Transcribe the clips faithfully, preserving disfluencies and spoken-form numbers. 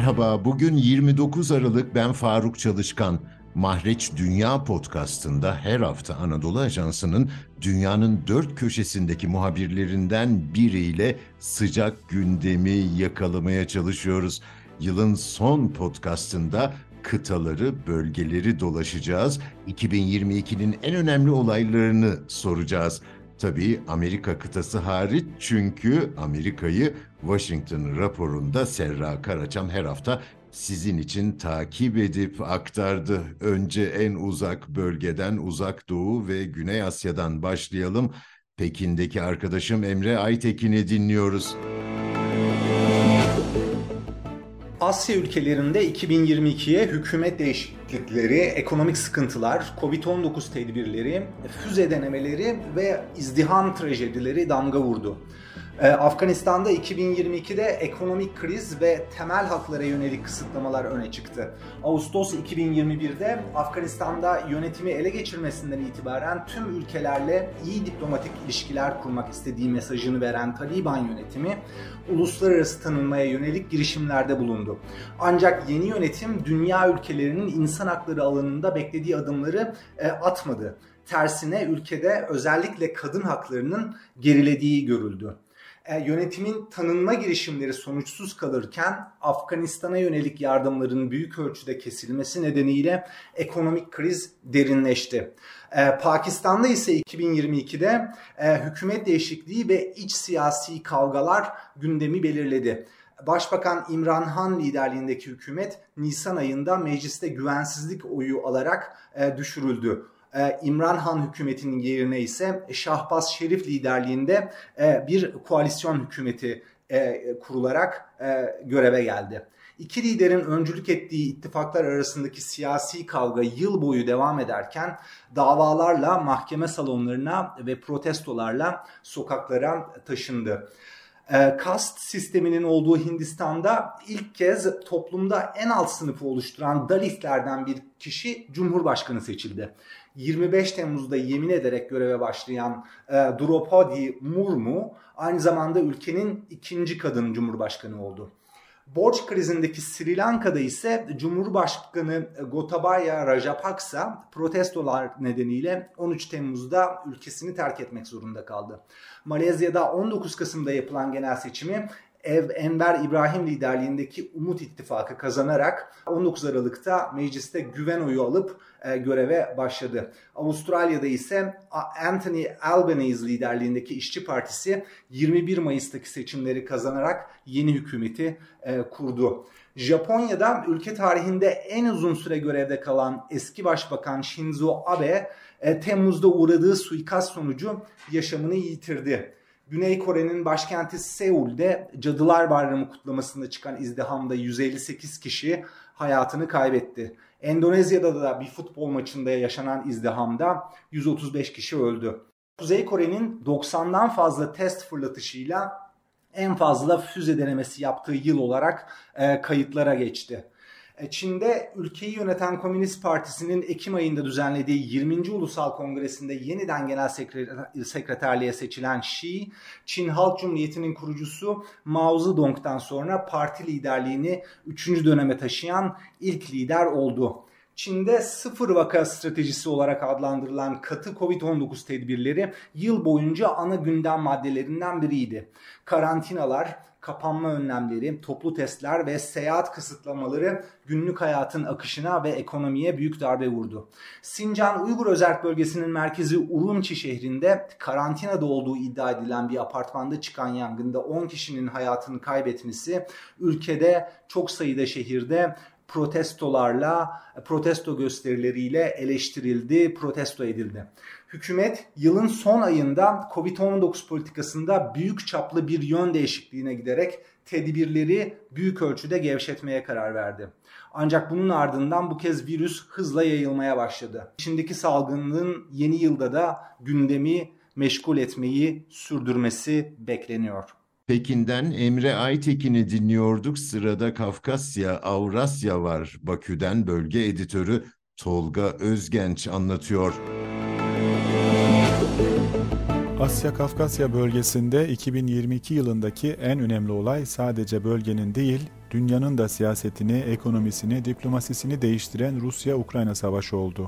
Merhaba, bugün yirmi dokuz Aralık, ben Faruk Çalışkan. Mahreç Dünya Podcast'ında her hafta Anadolu Ajansı'nın dünyanın dört köşesindeki muhabirlerinden biriyle sıcak gündemi yakalamaya çalışıyoruz. Yılın son podcast'ında kıtaları, bölgeleri dolaşacağız. iki bin yirmi ikinin en önemli olaylarını soracağız. Tabii Amerika kıtası hariç, çünkü Amerika'yı Washington raporunda Serra Karaçam her hafta sizin için takip edip aktardı. Önce en uzak bölgeden, Uzak Doğu ve Güney Asya'dan başlayalım. Pekin'deki arkadaşım Emre Aytekin'i dinliyoruz. Asya ülkelerinde iki bin yirmi ikiye hükümet değişiklikleri, ekonomik sıkıntılar, kovid on dokuz tedbirleri, füze denemeleri ve izdiham trajedileri damga vurdu. Afganistan'da iki bin yirmi ikide ekonomik kriz ve temel haklara yönelik kısıtlamalar öne çıktı. Ağustos iki bin yirmi birde Afganistan'da yönetimi ele geçirmesinden itibaren tüm ülkelerle iyi diplomatik ilişkiler kurmak istediği mesajını veren Taliban yönetimi uluslararası tanınmaya yönelik girişimlerde bulundu. Ancak yeni yönetim dünya ülkelerinin insan hakları alanında beklediği adımları e, atmadı. Tersine ülkede özellikle kadın haklarının gerilediği görüldü. E, yönetimin tanınma girişimleri sonuçsuz kalırken Afganistan'a yönelik yardımların büyük ölçüde kesilmesi nedeniyle ekonomik kriz derinleşti. E, Pakistan'da ise iki bin yirmi ikide e, hükümet değişikliği ve iç siyasi kavgalar gündemi belirledi. Başbakan İmran Han liderliğindeki hükümet Nisan ayında mecliste güvensizlik oyu alarak e, düşürüldü. İmran Han hükümetinin yerine ise Şahbaz Şerif liderliğinde bir koalisyon hükümeti kurularak göreve geldi. İki liderin öncülük ettiği ittifaklar arasındaki siyasi kavga yıl boyu devam ederken davalarla mahkeme salonlarına ve protestolarla sokaklara taşındı. Kast sisteminin olduğu Hindistan'da ilk kez toplumda en alt sınıfı oluşturan Dalitlerden bir kişi Cumhurbaşkanı seçildi. yirmi beş Temmuz'da yemin ederek göreve başlayan e, Draupadi Murmu aynı zamanda ülkenin ikinci kadın cumhurbaşkanı oldu. Borç krizindeki Sri Lanka'da ise Cumhurbaşkanı Gotabaya Rajapaksa protestolar nedeniyle on üç Temmuz'da ülkesini terk etmek zorunda kaldı. Malezya'da on dokuz Kasım'da yapılan genel seçimi Ev Enver İbrahim liderliğindeki Umut İttifakı kazanarak on dokuz Aralık'ta mecliste güven oyu alıp e, göreve başladı. Avustralya'da ise Anthony Albanese liderliğindeki İşçi Partisi yirmi bir Mayıs'taki seçimleri kazanarak yeni hükümeti e, kurdu. Japonya'da ülke tarihinde en uzun süre görevde kalan eski başbakan Shinzo Abe e, Temmuz'da uğradığı suikast sonucu yaşamını yitirdi. Güney Kore'nin başkenti Seul'de Cadılar Bayramı kutlamasında çıkan izdihamda yüz elli sekiz kişi hayatını kaybetti. Endonezya'da da bir futbol maçında yaşanan izdihamda yüz otuz beş kişi öldü. Kuzey Kore'nin doksandan fazla test fırlatışıyla en fazla füze denemesi yaptığı yıl olarak e, kayıtlara geçti. Çin'de ülkeyi yöneten Komünist Partisi'nin Ekim ayında düzenlediği yirminci Ulusal Kongresi'nde yeniden genel sekreterliğe seçilen Xi, Çin Halk Cumhuriyeti'nin kurucusu Mao Zedong'dan sonra parti liderliğini üçüncü döneme taşıyan ilk lider oldu. Çin'de sıfır vaka stratejisi olarak adlandırılan katı kovid on dokuz tedbirleri yıl boyunca ana gündem maddelerinden biriydi. Karantinalar, kapanma önlemleri, toplu testler ve seyahat kısıtlamaları günlük hayatın akışına ve ekonomiye büyük darbe vurdu. Sincan Uygur Özerk Bölgesi'nin merkezi Urumçi şehrinde karantinada olduğu iddia edilen bir apartmanda çıkan yangında on kişinin hayatını kaybetmesi ülkede çok sayıda şehirde protestolarla, protesto gösterileriyle eleştirildi, protesto edildi. Hükümet yılın son ayında kovid on dokuz politikasında büyük çaplı bir yön değişikliğine giderek tedbirleri büyük ölçüde gevşetmeye karar verdi. Ancak bunun ardından bu kez virüs hızla yayılmaya başladı. Çin'deki salgının yeni yılda da gündemi meşgul etmeyi sürdürmesi bekleniyor. Pekin'den Emre Aytekin'i dinliyorduk. Sırada Kafkasya, Avrasya var. Bakü'den bölge editörü Tolga Özgenç anlatıyor. Asya-Kafkasya bölgesinde iki bin yirmi iki yılındaki en önemli olay sadece bölgenin değil, dünyanın da siyasetini, ekonomisini, diplomasisini değiştiren Rusya-Ukrayna savaşı oldu.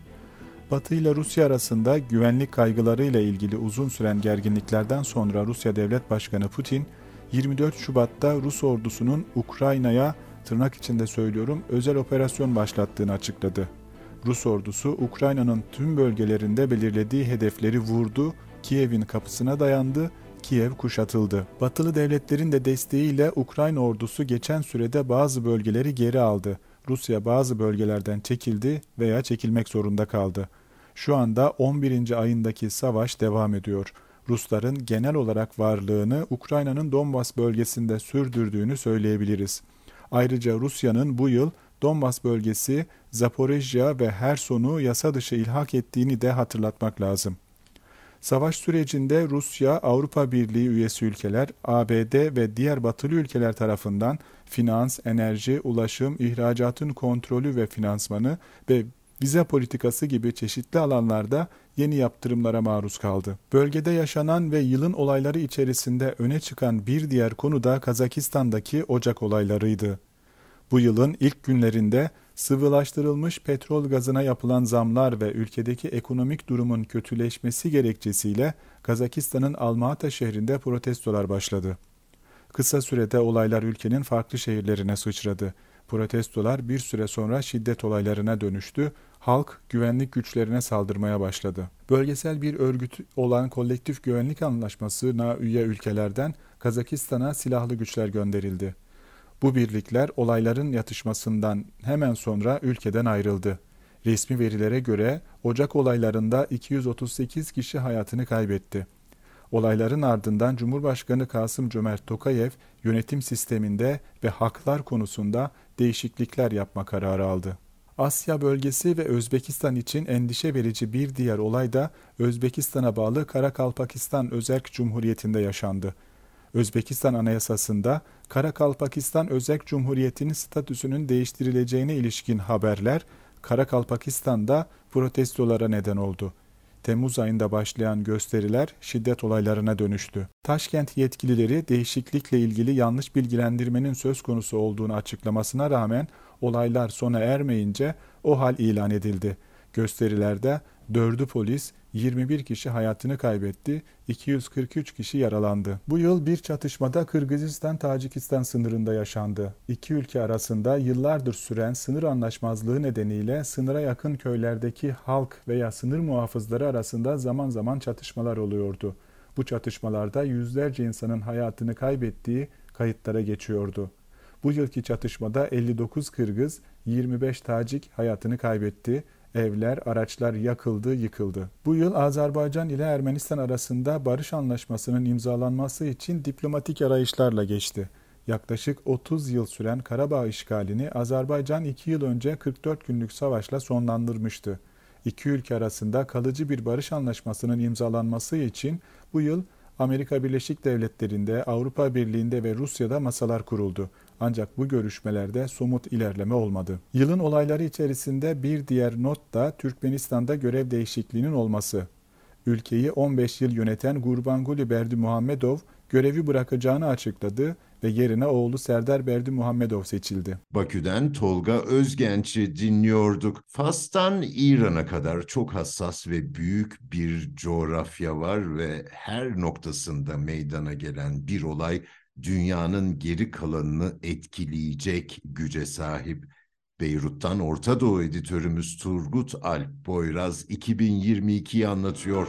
Batı ile Rusya arasında güvenlik kaygılarıyla ilgili uzun süren gerginliklerden sonra Rusya Devlet Başkanı Putin, yirmi dört Şubat'ta Rus ordusunun Ukrayna'ya, tırnak içinde söylüyorum, özel operasyon başlattığını açıkladı. Rus ordusu Ukrayna'nın tüm bölgelerinde belirlediği hedefleri vurdu, Kiev'in kapısına dayandı, Kiev kuşatıldı. Batılı devletlerin de desteğiyle Ukrayna ordusu geçen sürede bazı bölgeleri geri aldı. Rusya bazı bölgelerden çekildi veya çekilmek zorunda kaldı. Şu anda on birinci ayındaki savaş devam ediyor. Rusların genel olarak varlığını Ukrayna'nın Donbas bölgesinde sürdürdüğünü söyleyebiliriz. Ayrıca Rusya'nın bu yıl Donbas bölgesi, Zaporojya ve Herson'u yasa dışı ilhak ettiğini de hatırlatmak lazım. Savaş sürecinde Rusya, Avrupa Birliği üyesi ülkeler, A B D ve diğer batılı ülkeler tarafından finans, enerji, ulaşım, ihracatın kontrolü ve finansmanı ve vize politikası gibi çeşitli alanlarda yeni yaptırımlara maruz kaldı. Bölgede yaşanan ve yılın olayları içerisinde öne çıkan bir diğer konu da Kazakistan'daki Ocak olaylarıydı. Bu yılın ilk günlerinde sıvılaştırılmış petrol gazına yapılan zamlar ve ülkedeki ekonomik durumun kötüleşmesi gerekçesiyle Kazakistan'ın Almatı şehrinde protestolar başladı. Kısa sürede olaylar ülkenin farklı şehirlerine sıçradı. Protestolar bir süre sonra şiddet olaylarına dönüştü, halk güvenlik güçlerine saldırmaya başladı. Bölgesel bir örgüt olan Kolektif Güvenlik Anlaşması'na üye ülkelerden Kazakistan'a silahlı güçler gönderildi. Bu birlikler olayların yatışmasından hemen sonra ülkeden ayrıldı. Resmi verilere göre Ocak olaylarında iki yüz otuz sekiz kişi hayatını kaybetti. Olayların ardından Cumhurbaşkanı Kasım-Cömert Tokayev yönetim sisteminde ve haklar konusunda değişiklikler yapma kararı aldı. Asya bölgesi ve Özbekistan için endişe verici bir diğer olay da Özbekistan'a bağlı Karakalpakistan Özerk Cumhuriyeti'nde yaşandı. Özbekistan Anayasası'nda Karakalpakistan Özerk Cumhuriyeti'nin statüsünün değiştirileceğine ilişkin haberler Karakalpakistan'da protestolara neden oldu. Temmuz ayında başlayan gösteriler şiddet olaylarına dönüştü. Taşkent yetkilileri değişiklikle ilgili yanlış bilgilendirmenin söz konusu olduğunu açıklamasına rağmen olaylar sona ermeyince o hal ilan edildi. Gösterilerde dördü polis, yirmi bir kişi hayatını kaybetti, iki yüz kırk üç kişi yaralandı. Bu yıl bir çatışmada Kırgızistan-Tacikistan sınırında yaşandı. İki ülke arasında yıllardır süren sınır anlaşmazlığı nedeniyle sınıra yakın köylerdeki halk veya sınır muhafızları arasında zaman zaman çatışmalar oluyordu. Bu çatışmalarda yüzlerce insanın hayatını kaybettiği kayıtlara geçiyordu. Bu yılki çatışmada elli dokuz Kırgız, yirmi beş Tacik hayatını kaybetti. Evler, araçlar yakıldı, yıkıldı. Bu yıl Azerbaycan ile Ermenistan arasında barış anlaşmasının imzalanması için diplomatik arayışlarla geçti. Yaklaşık otuz yıl süren Karabağ işgalini Azerbaycan iki yıl önce kırk dört günlük savaşla sonlandırmıştı. İki ülke arasında kalıcı bir barış anlaşmasının imzalanması için bu yıl Amerika Birleşik Devletleri'nde, Avrupa Birliği'nde ve Rusya'da masalar kuruldu. Ancak bu görüşmelerde somut ilerleme olmadı. Yılın olayları içerisinde bir diğer not da Türkmenistan'da görev değişikliğinin olması. Ülkeyi on beş yıl yöneten Gurbanguly Berdimuhamedov görevi bırakacağını açıkladı ve yerine oğlu Serdar Berdimuhamedov seçildi. Bakü'den Tolga Özgenç'i dinliyorduk. Fas'tan İran'a kadar çok hassas ve büyük bir coğrafya var ve her noktasında meydana gelen bir olay dünyanın geri kalanını etkileyecek güce sahip. Beyrut'tan Orta Doğu editörümüz Turgut Alp Boyraz iki bin yirmi ikiyi anlatıyor.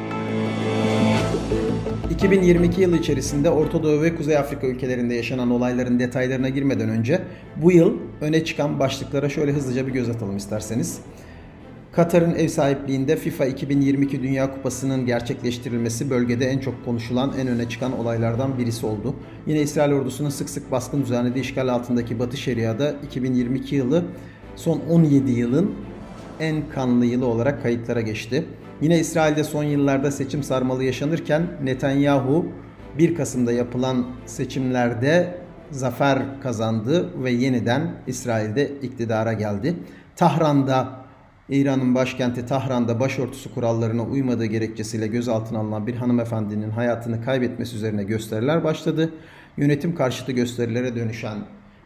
iki bin yirmi iki yılı içerisinde Orta Doğu ve Kuzey Afrika ülkelerinde yaşanan olayların detaylarına girmeden önce bu yıl öne çıkan başlıklara şöyle hızlıca bir göz atalım isterseniz. Katar'ın ev sahipliğinde FIFA iki bin yirmi iki Dünya Kupası'nın gerçekleştirilmesi bölgede en çok konuşulan, en öne çıkan olaylardan birisi oldu. Yine İsrail ordusunun sık sık baskın düzenlediği işgal altındaki Batı Şeria'da iki bin yirmi iki yılı son on yedi yılın en kanlı yılı olarak kayıtlara geçti. Yine İsrail'de son yıllarda seçim sarmalı yaşanırken Netanyahu bir Kasım'da yapılan seçimlerde zafer kazandı ve yeniden İsrail'de iktidara geldi. Tahran'da, İran'ın başkenti Tahran'da başörtüsü kurallarına uymadığı gerekçesiyle gözaltına alınan bir hanımefendinin hayatını kaybetmesi üzerine gösteriler başladı. Yönetim karşıtı gösterilere dönüşen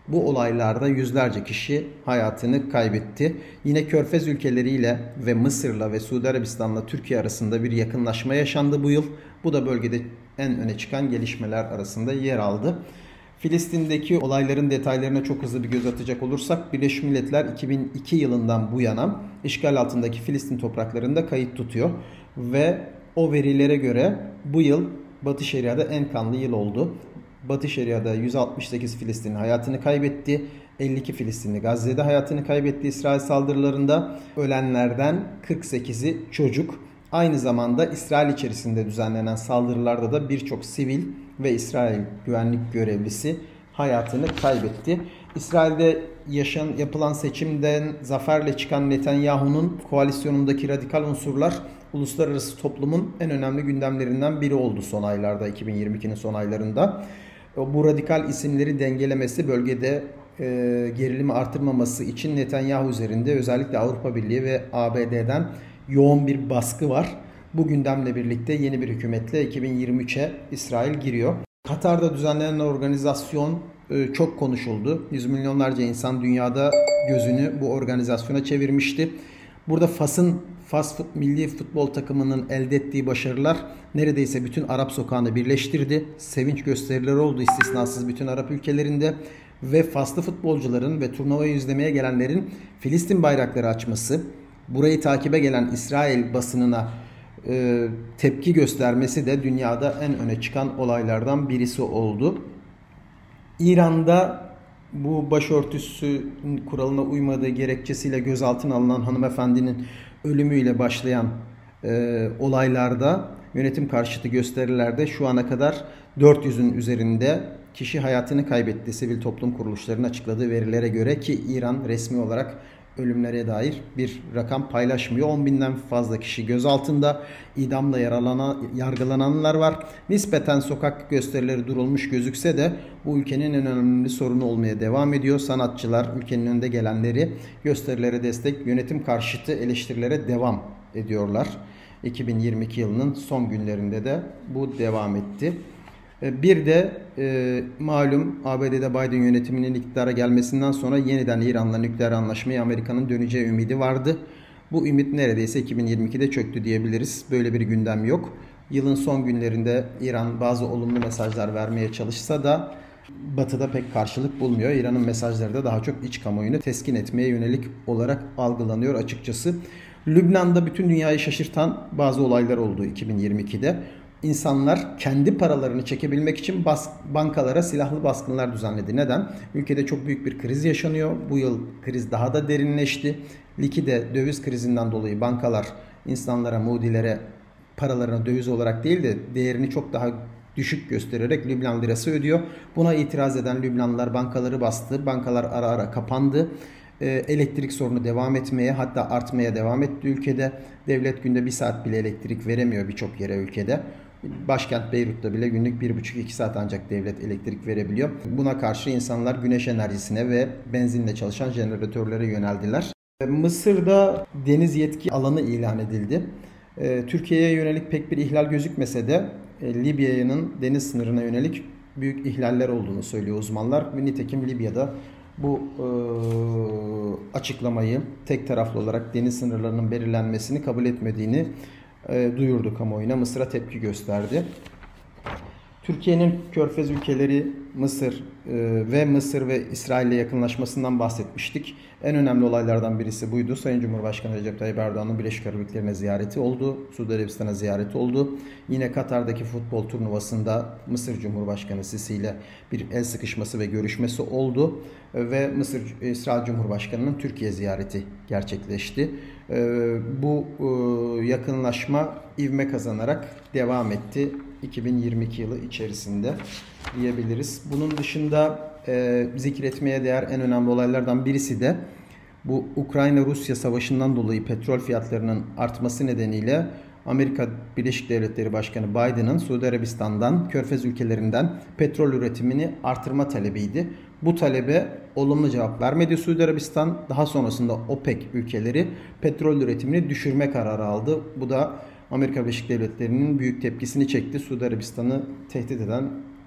Bu olaylarda yüzlerce kişi hayatını kaybetti. Yine Körfez ülkeleriyle ve Mısır'la ve Suudi Arabistan'la Türkiye arasında bir yakınlaşma yaşandı bu yıl. Bu da bölgede en öne çıkan gelişmeler arasında yer aldı. Filistin'deki olayların detaylarına çok hızlı bir göz atacak olursak Birleşmiş Milletler iki bin iki yılından bu yana işgal altındaki Filistin topraklarında kayıt tutuyor ve o verilere göre bu yıl Batı Şeria'da en kanlı yıl oldu. Batı Şeria'da yüz altmış sekiz Filistinli hayatını kaybetti. elli iki Filistinli Gazze'de hayatını kaybetti İsrail saldırılarında. Ölenlerden kırk sekizi çocuk. Aynı zamanda İsrail içerisinde düzenlenen saldırılarda da birçok sivil ve İsrail güvenlik görevlisi hayatını kaybetti. İsrail'de yaşan, yapılan seçimden zaferle çıkan Netanyahu'nun koalisyonundaki radikal unsurlar uluslararası toplumun en önemli gündemlerinden biri oldu son aylarda, iki bin yirmi ikinin son aylarında. Bu radikal isimleri dengelemesi, bölgede e, gerilimi artırmaması için Netanyahu üzerinde özellikle Avrupa Birliği ve A B D'den yoğun bir baskı var. Bu gündemle birlikte yeni bir hükümetle iki bin yirmi üçe İsrail giriyor. Katar'da düzenlenen organizasyon e, çok konuşuldu. Yüz milyonlarca insan dünyada gözünü bu organizasyona çevirmişti. Burada Fas'ın Fas milli futbol takımının elde ettiği başarılar neredeyse bütün Arap sokağını birleştirdi. Sevinç gösterileri oldu istisnasız bütün Arap ülkelerinde ve Faslı futbolcuların ve turnuvayı izlemeye gelenlerin Filistin bayrakları açması, burayı takibe gelen İsrail basınına e, tepki göstermesi de dünyada en öne çıkan olaylardan birisi oldu. İran'da bu başörtüsü kuralına uymadığı gerekçesiyle gözaltına alınan hanımefendinin ölümüyle başlayan e, olaylarda, yönetim karşıtı gösterilerde şu ana kadar dört yüzün üzerinde kişi hayatını kaybetti. Sivil toplum kuruluşlarının açıkladığı verilere göre, ki İran resmi olarak ölümlere dair bir rakam paylaşmıyor. on binden fazla kişi gözaltında, idamla yaralanan, yargılananlar var. Nispeten sokak gösterileri durulmuş gözükse de bu ülkenin en önemli sorunu olmaya devam ediyor. Sanatçılar, ülkenin önde gelenleri gösterilere destek, yönetim karşıtı eleştirilere devam ediyorlar. iki bin yirmi iki yılının son günlerinde de bu devam etti. Bir de e, malum A B D'de Biden yönetiminin iktidara gelmesinden sonra yeniden İran'la nükleer anlaşmaya Amerika'nın döneceği ümidi vardı. Bu ümit neredeyse iki bin yirmi ikide çöktü diyebiliriz. Böyle bir gündem yok. Yılın son günlerinde İran bazı olumlu mesajlar vermeye çalışsa da Batı'da pek karşılık bulmuyor. İran'ın mesajları da daha çok iç kamuoyunu teskin etmeye yönelik olarak algılanıyor açıkçası. Lübnan'da bütün dünyayı şaşırtan bazı olaylar oldu iki bin yirmi ikide. İnsanlar kendi paralarını çekebilmek için bas, bankalara silahlı baskınlar düzenledi. Neden? Ülkede çok büyük bir kriz yaşanıyor. Bu yıl kriz daha da derinleşti. Likide döviz krizinden dolayı bankalar insanlara, mudilere paralarını döviz olarak değil de değerini çok daha düşük göstererek Lübnan lirası ödüyor. Buna itiraz eden Lübnanlılar bankaları bastı. Bankalar ara ara kapandı. Elektrik sorunu devam etmeye, hatta artmaya devam etti ülkede. Devlet günde bir saat bile elektrik veremiyor birçok yere ülkede. Başkent Beyrut'ta bile günlük bir buçuk iki saat ancak devlet elektrik verebiliyor. Buna karşı insanlar güneş enerjisine ve benzinle çalışan jeneratörlere yöneldiler. Mısır'da deniz yetki alanı ilan edildi. Türkiye'ye yönelik pek bir ihlal gözükmese de Libya'nın deniz sınırına yönelik büyük ihlaller olduğunu söylüyor uzmanlar. Ve nitekim Libya'da bu e, açıklamayı tek taraflı olarak deniz sınırlarının belirlenmesini kabul etmediğini e, duyurdu kamuoyuna. Mısır'a tepki gösterdi. Türkiye'nin Körfez ülkeleri Mısır e, ve Mısır ve İsrail ile yakınlaşmasından bahsetmiştik. En önemli olaylardan birisi buydu. Sayın Cumhurbaşkanı Recep Tayyip Erdoğan'ın Birleşik Arap Emirlikleri'ne ziyareti oldu. Suudi Arabistan'a ziyareti oldu. Yine Katar'daki futbol turnuvasında Mısır Cumhurbaşkanı Sisi ile bir el sıkışması ve görüşmesi oldu. Ve Mısır İsrail Cumhurbaşkanı'nın Türkiye ziyareti gerçekleşti. Bu yakınlaşma ivme kazanarak devam etti iki bin yirmi iki yılı içerisinde diyebiliriz. Bunun dışında e, zikretmeye değer en önemli olaylardan birisi de bu Ukrayna-Rusya savaşından dolayı petrol fiyatlarının artması nedeniyle Amerika Birleşik Devletleri Başkanı Biden'ın Suudi Arabistan'dan, Körfez ülkelerinden petrol üretimini artırma talebiydi. Bu talebe olumlu cevap vermedi Suudi Arabistan. Daha sonrasında OPEC ülkeleri petrol üretimini düşürme kararı aldı. Bu da Amerika Birleşik Devletleri'nin büyük tepkisini çekti. Suudi Arabistan'ı tehdit eden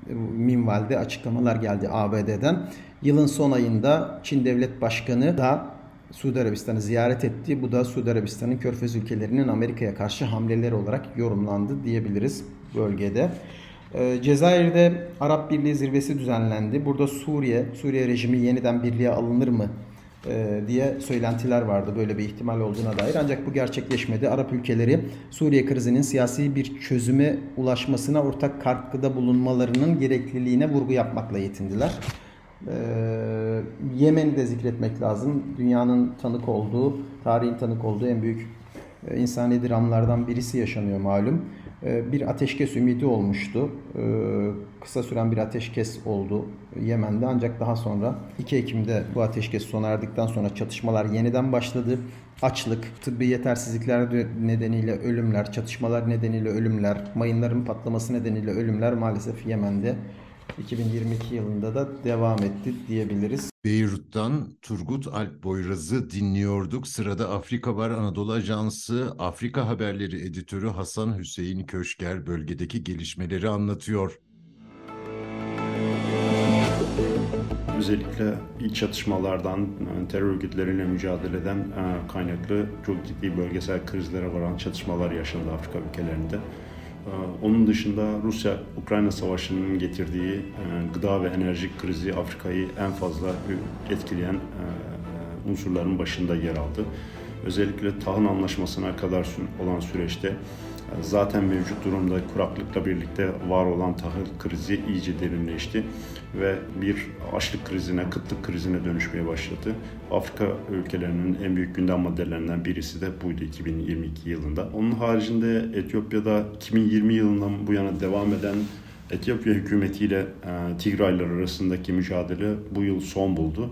minvalde açıklamalar geldi A B D'den. Yılın son ayında Çin Devlet Başkanı da Suudi Arabistan'ı ziyaret etti. Bu da Suudi Arabistan'ın Körfez ülkelerinin Amerika'ya karşı hamleleri olarak yorumlandı diyebiliriz bölgede. Cezayir'de Arap Birliği zirvesi düzenlendi. Burada Suriye, Suriye rejimi yeniden birliğe alınır mı diye söylentiler vardı. Böyle bir ihtimal olduğuna dair. Ancak bu gerçekleşmedi. Arap ülkeleri Suriye krizinin siyasi bir çözüme ulaşmasına ortak katkıda bulunmalarının gerekliliğine vurgu yapmakla yetindiler. Ee, Yemen'i de zikretmek lazım. Dünyanın tanık olduğu, tarihin tanık olduğu en büyük e, insani dramlardan birisi yaşanıyor malum. E, bir ateşkes ümidi olmuştu. E, kısa süren bir ateşkes oldu Yemen'de. Ancak daha sonra iki Ekim'de bu ateşkes sona erdikten sonra çatışmalar yeniden başladı. Açlık, tıbbi yetersizlikler nedeniyle ölümler, çatışmalar nedeniyle ölümler, mayınların patlaması nedeniyle ölümler maalesef Yemen'de iki bin yirmi iki yılında da devam etti diyebiliriz. Beyrut'tan Turgut Alp Boyraz'ı dinliyorduk. Sırada Afrika var. Anadolu Ajansı Afrika Haberleri editörü Hasan Hüseyin Köşker bölgedeki gelişmeleri anlatıyor. Özellikle iç çatışmalardan, terör örgütleriyle mücadeleden kaynaklı çok ciddi bölgesel krizlere varan çatışmalar yaşandı Afrika ülkelerinde. Onun dışında Rusya-Ukrayna Savaşı'nın getirdiği gıda ve enerji krizi Afrika'yı en fazla etkileyen unsurların başında yer aldı. Özellikle tahıl anlaşmasına kadar olan süreçte zaten mevcut durumda kuraklıkla birlikte var olan tahıl krizi iyice derinleşti ve bir açlık krizine, kıtlık krizine dönüşmeye başladı. Afrika ülkelerinin en büyük gündem maddelerinden birisi de buydu iki bin yirmi iki yılında. Onun haricinde Etiyopya'da iki bin yirmi yılından bu yana devam eden Etiyopya hükümetiyle e, Tigraylar arasındaki mücadele bu yıl son buldu.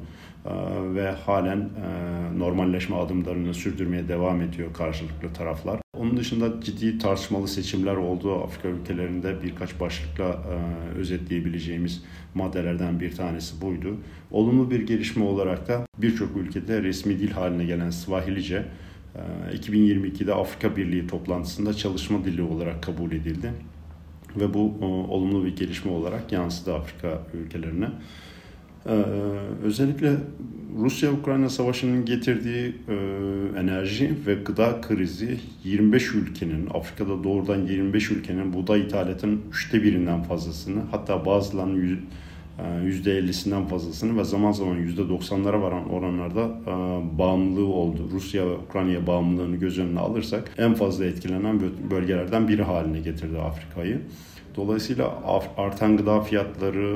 Ve halen normalleşme adımlarını sürdürmeye devam ediyor karşılıklı taraflar. Onun dışında ciddi tartışmalı seçimler oldu. Afrika ülkelerinde birkaç başlıkla özetleyebileceğimiz maddelerden bir tanesi buydu. Olumlu bir gelişme olarak da birçok ülkede resmi dil haline gelen Swahilice iki bin yirmi ikide Afrika Birliği toplantısında çalışma dili olarak kabul edildi. Ve bu olumlu bir gelişme olarak yansıdı Afrika ülkelerine. Ee, özellikle Rusya-Ukrayna Savaşı'nın getirdiği e, enerji ve gıda krizi yirmi beş ülkenin, Afrika'da doğrudan yirmi beş ülkenin buğday ithalatının üçte birinden fazlasını, hatta bazılarının yüzde ellisinden fazlasını ve zaman zaman yüzde doksanlara varan oranlarda e, bağımlılığı oldu. Rusya ve Ukrayna'ya bağımlılığını göz önüne alırsak en fazla etkilenen bölgelerden biri haline getirdi Afrika'yı. Dolayısıyla artan gıda fiyatları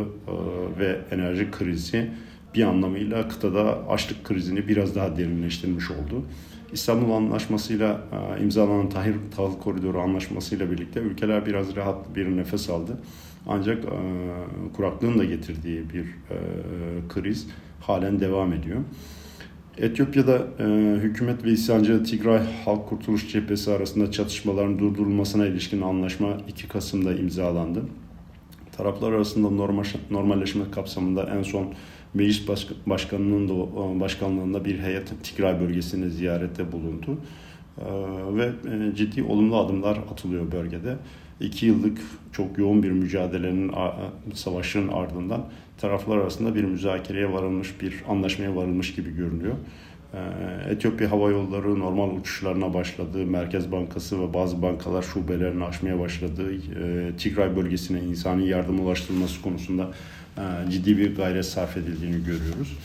ve enerji krizi bir anlamıyla kıtada açlık krizini biraz daha derinleştirmiş oldu. İstanbul Anlaşması'yla imzalanan Tahıl Tahıl Koridoru Anlaşması'yla birlikte ülkeler biraz rahat bir nefes aldı. Ancak kuraklığın da getirdiği bir kriz halen devam ediyor. Etiyopya'da e, hükümet ve isyancı Tigray Halk Kurtuluş Cephesi arasında çatışmaların durdurulmasına ilişkin anlaşma iki Kasım'da imzalandı. Taraflar arasında normal, normalleşme kapsamında en son Meclis Başkanı'nın da başkanlığında bir heyet Tigray bölgesine ziyarette bulundu. E, ve e, ciddi olumlu adımlar atılıyor bölgede. İki yıllık çok yoğun bir mücadelenin, savaşın ardından taraflar arasında bir müzakereye varılmış, bir anlaşmaya varılmış gibi görünüyor. Etiyopya Hava Yolları normal uçuşlarına başladı. Merkez Bankası ve bazı bankalar şubelerini açmaya başladı. Tigray bölgesine insani yardım ulaştırılması konusunda ciddi bir gayret sarf edildiğini görüyoruz.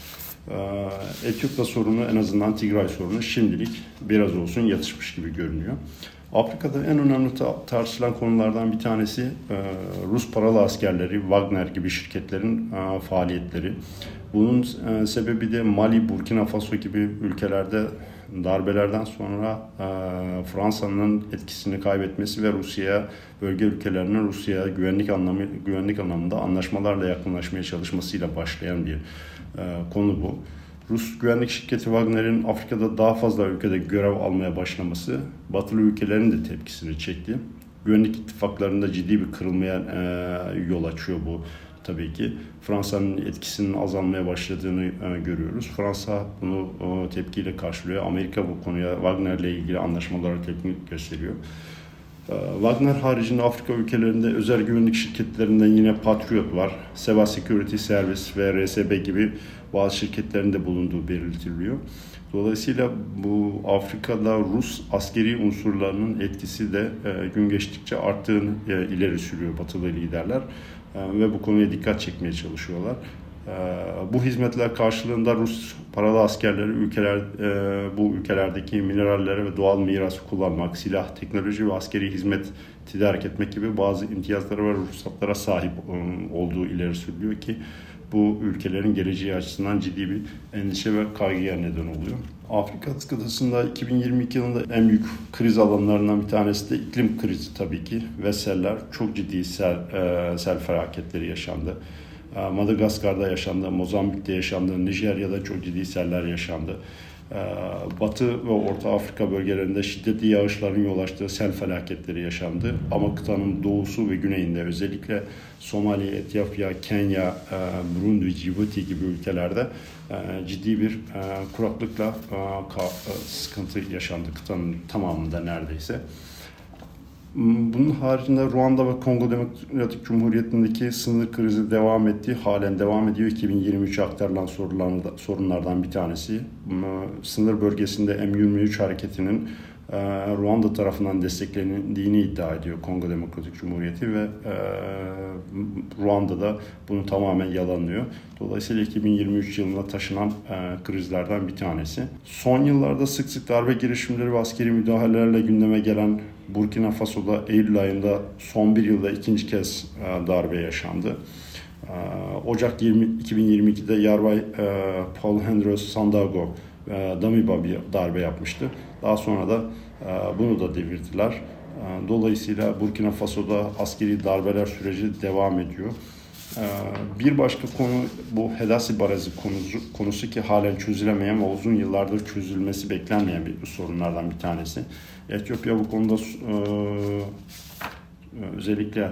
Etiyopya sorunu, en azından Tigray sorunu şimdilik biraz olsun yatışmış gibi görünüyor. Afrika'da en önemli tartışılan konulardan bir tanesi Rus paralı askerleri, Wagner gibi şirketlerin faaliyetleri. Bunun sebebi de Mali, Burkina Faso gibi ülkelerde darbelerden sonra Fransa'nın etkisini kaybetmesi ve Rusya'ya, bölge ülkelerinin Rusya'ya güvenlik anlamı güvenlik anlamında anlaşmalarla yakınlaşmaya çalışmasıyla başlayan bir konu bu. Rus güvenlik şirketi Wagner'in Afrika'da daha fazla ülkede görev almaya başlaması Batılı ülkelerin de tepkisini çekti. Güvenlik ittifaklarında ciddi bir kırılmaya e, yol açıyor bu tabii ki. Fransa'nın etkisinin azalmaya başladığını e, görüyoruz. Fransa bunu e, tepkiyle karşılıyor. Amerika bu konuya Wagner'le ilgili anlaşmalara tepki gösteriyor. Wagner haricinde Afrika ülkelerinde özel güvenlik şirketlerinden yine Patriot var. Seva Security Service ve R S B gibi bazı şirketlerin de bulunduğu belirtiliyor. Dolayısıyla bu Afrika'da Rus askeri unsurlarının etkisi de gün geçtikçe arttığını ileri sürüyor Batılı liderler ve bu konuya dikkat çekmeye çalışıyorlar. Bu hizmetler karşılığında Rus paralı askerleri ülkeler bu ülkelerdeki minerallere ve doğal mirası kullanmak, silah, teknoloji ve askeri hizmet tedarik etmek gibi bazı imtiyazlara ve ruhsatlara sahip olduğu ileri sürülüyor ki bu ülkelerin geleceği açısından ciddi bir endişe ve kaygıya neden oluyor. Afrika kıtasında iki bin yirmi iki yılında en büyük kriz alanlarından bir tanesi de iklim krizi tabii ki ve seller. Çok ciddi sel, sel felaketleri yaşandı. Madagaskar'da yaşandı, Mozambik'te yaşandı, Nijerya'da çok ciddi seller yaşandı. Batı ve Orta Afrika bölgelerinde şiddetli yağışların yol açtığı sel felaketleri yaşandı. Ama kıtanın doğusu ve güneyinde özellikle Somali, Etiyopya, Kenya, Burundi, Djibouti gibi ülkelerde ciddi bir kuraklıkla sıkıntı yaşandı kıtanın tamamında neredeyse. Bunun haricinde Ruanda ve Kongo Demokratik Cumhuriyeti'ndeki sınır krizi devam etti. Halen devam ediyor. iki bin yirmi üçe aktarılan sorunlardan bir tanesi. Sınır bölgesinde M yirmi üç hareketinin Ruanda tarafından desteklendiğini iddia ediyor Kongo Demokratik Cumhuriyeti ve Ruanda'da bunu tamamen yalanlıyor. Dolayısıyla iki bin yirmi üç yılına taşınan krizlerden bir tanesi. Son yıllarda sık sık darbe girişimleri ve askeri müdahalelerle gündeme gelen Burkina Faso'da Eylül ayında son bir yılda ikinci kez darbe yaşandı. Ocak iki bin yirmi ikide Yarbay Paul Henry Sandaogo Damiba bir darbe yapmıştı. Daha sonra da bunu da devirdiler. Dolayısıyla Burkina Faso'da askeri darbeler süreci devam ediyor. Bir başka konu bu Hedasi Barajı konusu, konusu ki halen çözülemeyen ve uzun yıllardır çözülmesi beklenmeyen bir sorunlardan bir tanesi. Etiyopya bu konuda özellikle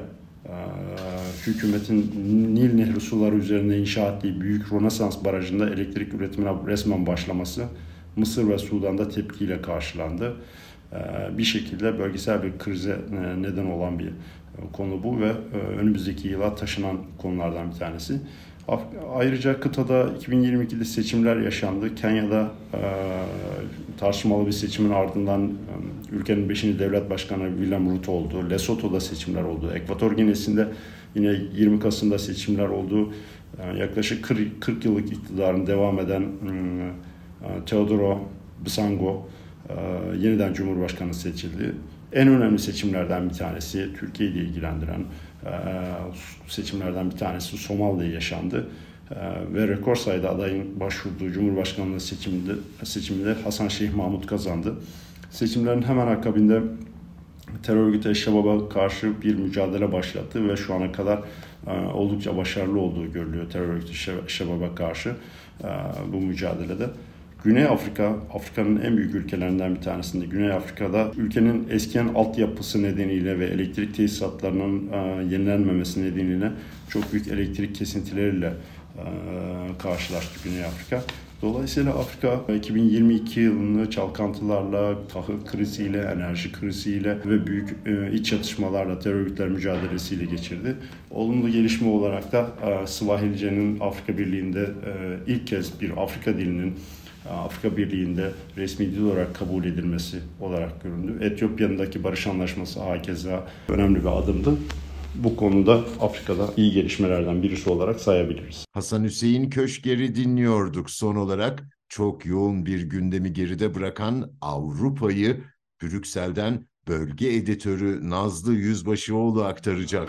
hükümetin Nil Nehri suları üzerinde inşa ettiği Büyük Rönesans Barajı'nda elektrik üretimine resmen başlaması Mısır ve Sudan'da tepkiyle karşılandı. Bir şekilde bölgesel bir krize neden olan bir konu bu ve önümüzdeki yıla taşınan konulardan bir tanesi. Ayrıca kıtada iki bin yirmi ikide seçimler yaşandı. Kenya'da tartışmalı bir seçimin ardından ülkenin beşinci devlet başkanı William Ruto oldu. Lesotho'da seçimler oldu. Ekvator Ginesi'nde yine yirmi Kasım'da seçimler oldu. Yaklaşık kırk yıllık iktidarın devam eden Teodoro Bisango yeniden Cumhurbaşkanı seçildi. En önemli seçimlerden bir tanesi, Türkiye ile ilgilendiren seçimlerden bir tanesi Somali'de yaşandı. Ve rekor sayıda adayın başvurduğu Cumhurbaşkanlığı seçiminde, seçiminde Hasan Şeyh Mahmut kazandı. Seçimlerin hemen akabinde terör örgütü Eşşebab'a karşı bir mücadele başlattı ve şu ana kadar oldukça başarılı olduğu görülüyor terör örgütü Eşşebab'a karşı bu mücadelede. Güney Afrika, Afrika'nın en büyük ülkelerinden bir tanesinde. Güney Afrika'da ülkenin eskiyen altyapısı nedeniyle ve elektrik tesisatlarının yenilenmemesi nedeniyle çok büyük elektrik kesintileriyle karşılaştı Güney Afrika. Dolayısıyla Afrika iki bin yirmi iki yılını çalkantılarla, tahıl kriziyle, enerji kriziyle ve büyük iç çatışmalarla, terör örgütler mücadelesiyle geçirdi. Olumlu gelişme olarak da Swahilice'nin Afrika Birliği'nde ilk kez bir Afrika dilinin Afrika Birliği'nde resmi dil olarak kabul edilmesi olarak göründü. Etiyopya'daki barış anlaşması hakeza önemli bir adımdı. Bu konuda Afrika'da iyi gelişmelerden birisi olarak sayabiliriz. Hasan Hüseyin Köşker'i dinliyorduk. Son olarak çok yoğun bir gündemi geride bırakan Avrupa'yı Brüksel'den bölge editörü Nazlı Yüzbaşıoğlu aktaracak.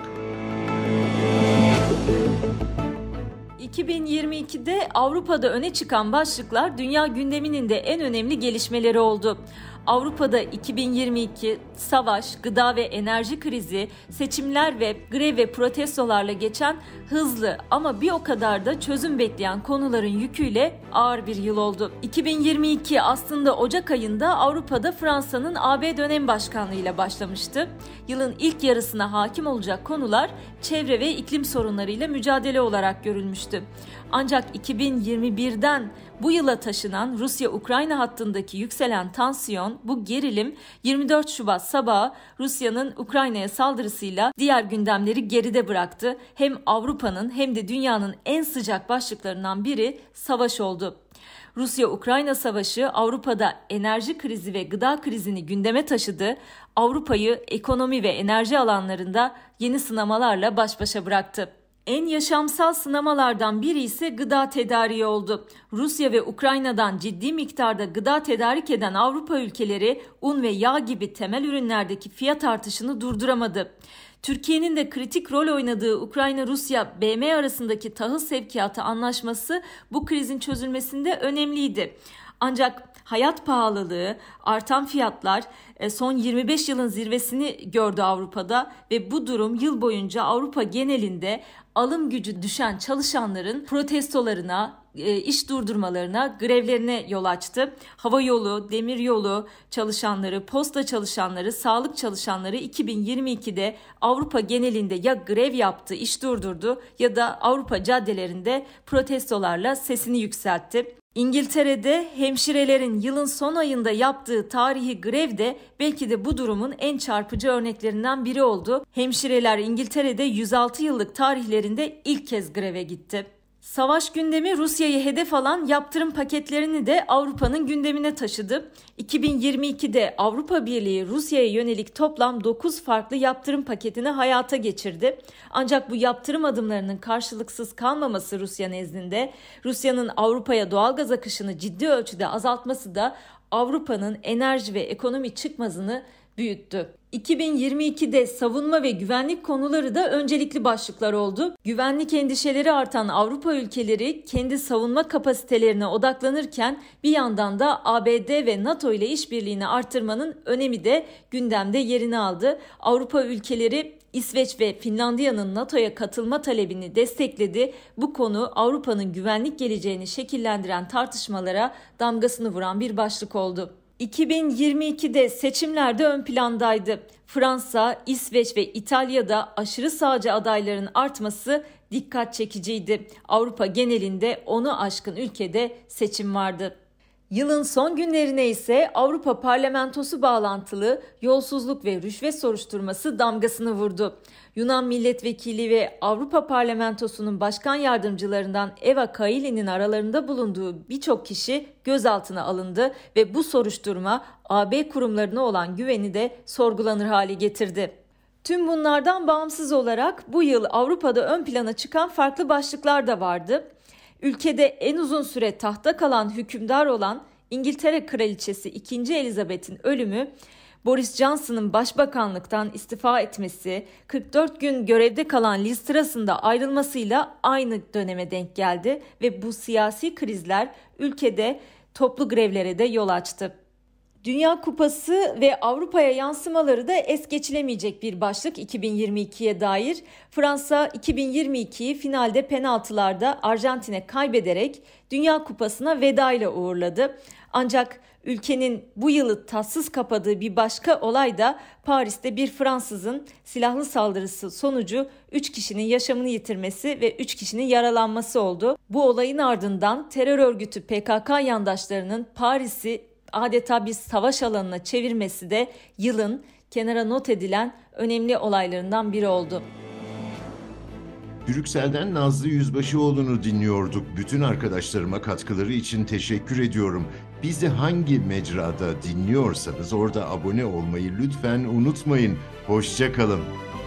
iki bin yirmi ikide Avrupa'da öne çıkan başlıklar dünya gündeminin de en önemli gelişmeleri oldu. Avrupa'da iki bin yirmi iki savaş, gıda ve enerji krizi, seçimler ve grev ve protestolarla geçen hızlı ama bir o kadar da çözüm bekleyen konuların yüküyle ağır bir yıl oldu. iki bin yirmi iki aslında Ocak ayında Avrupa'da Fransa'nın A B dönem başkanlığıyla başlamıştı. Yılın ilk yarısına hakim olacak konular çevre ve iklim sorunlarıyla mücadele olarak görülmüştü. Ancak iki bin yirmi birden bu yıla taşınan Rusya-Ukrayna hattındaki yükselen tansiyon tansiyon, bu gerilim yirmi dört Şubat sabahı Rusya'nın Ukrayna'ya saldırısıyla diğer gündemleri geride bıraktı. Hem Avrupa'nın hem de dünyanın en sıcak başlıklarından biri savaş oldu. Rusya-Ukrayna savaşı Avrupa'da enerji krizi ve gıda krizini gündeme taşıdı. Avrupa'yı ekonomi ve enerji alanlarında yeni sınamalarla baş başa bıraktı. En yaşamsal sınamalardan biri ise gıda tedariği oldu. Rusya ve Ukrayna'dan ciddi miktarda gıda tedarik eden Avrupa ülkeleri un ve yağ gibi temel ürünlerdeki fiyat artışını durduramadı. Türkiye'nin de kritik rol oynadığı Ukrayna-Rusya-B M arasındaki tahıl sevkiyatı anlaşması bu krizin çözülmesinde önemliydi. Ancak hayat pahalılığı, artan fiyatlar son yirmi beş yılın zirvesini gördü Avrupa'da ve bu durum yıl boyunca Avrupa genelinde alım gücü düşen çalışanların protestolarına, iş durdurmalarına, grevlerine yol açtı. Havayolu, demiryolu çalışanları, posta çalışanları, sağlık çalışanları iki bin yirmi ikide Avrupa genelinde ya grev yaptı, iş durdurdu ya da Avrupa caddelerinde protestolarla sesini yükseltti. İngiltere'de hemşirelerin yılın son ayında yaptığı tarihi grev de belki de bu durumun en çarpıcı örneklerinden biri oldu. Hemşireler İngiltere'de yüz altı yıllık tarihlerinde ilk kez greve gitti. Savaş gündemi Rusya'yı hedef alan yaptırım paketlerini de Avrupa'nın gündemine taşıdı. iki bin yirmi ikide Avrupa Birliği Rusya'ya yönelik toplam dokuz farklı yaptırım paketini hayata geçirdi. Ancak bu yaptırım adımlarının karşılıksız kalmaması Rusya nezdinde, Rusya'nın Avrupa'ya doğalgaz akışını ciddi ölçüde azaltması da Avrupa'nın enerji ve ekonomi çıkmazını büyüttü. iki bin yirmi ikide savunma ve güvenlik konuları da öncelikli başlıklar oldu. Güvenlik endişeleri artan Avrupa ülkeleri kendi savunma kapasitelerine odaklanırken bir yandan da A B D ve NATO ile işbirliğini artırmanın önemi de gündemde yerini aldı. Avrupa ülkeleri İsveç ve Finlandiya'nın NATO'ya katılma talebini destekledi. Bu konu Avrupa'nın güvenlik geleceğini şekillendiren tartışmalara damgasını vuran bir başlık oldu. iki bin yirmi ikide seçimler de ön plandaydı. Fransa, İsveç ve İtalya'da aşırı sağcı adayların artması dikkat çekiciydi. Avrupa genelinde onu aşkın ülkede seçim vardı. Yılın son günlerine ise Avrupa Parlamentosu bağlantılı yolsuzluk ve rüşvet soruşturması damgasını vurdu. Yunan milletvekili ve Avrupa Parlamentosu'nun başkan yardımcılarından Eva Kaili'nin aralarında bulunduğu birçok kişi gözaltına alındı ve bu soruşturma A B kurumlarına olan güveni de sorgulanır hale getirdi. Tüm bunlardan bağımsız olarak bu yıl Avrupa'da ön plana çıkan farklı başlıklar da vardı. Ülkede en uzun süre tahta kalan hükümdar olan İngiltere Kraliçesi ikinci. Elizabeth'in ölümü, Boris Johnson'ın başbakanlıktan istifa etmesi, kırk dört gün görevde kalan Liz Truss'ın da ayrılmasıyla aynı döneme denk geldi ve bu siyasi krizler ülkede toplu grevlere de yol açtı. Dünya Kupası ve Avrupa'ya yansımaları da es geçilemeyecek bir başlık iki bin yirmi ikiye dair. Fransa iki bin yirmi ikiyi finalde penaltılarda Arjantin'e kaybederek Dünya Kupası'na veda ile uğurladı. Ancak ülkenin bu yılı tatsız kapadığı bir başka olay da Paris'te bir Fransızın silahlı saldırısı sonucu üç kişinin yaşamını yitirmesi ve üç kişinin yaralanması oldu. Bu olayın ardından terör örgütü P K K yandaşlarının Paris'i adeta bir savaş alanına çevirmesi de yılın kenara not edilen önemli olaylarından biri oldu. Brüksel'den Nazlı Yüzbaşıoğlu'nu dinliyorduk. Bütün arkadaşlarıma katkıları için teşekkür ediyorum. Bizi hangi mecrada dinliyorsanız orada abone olmayı lütfen unutmayın. Hoşça kalın.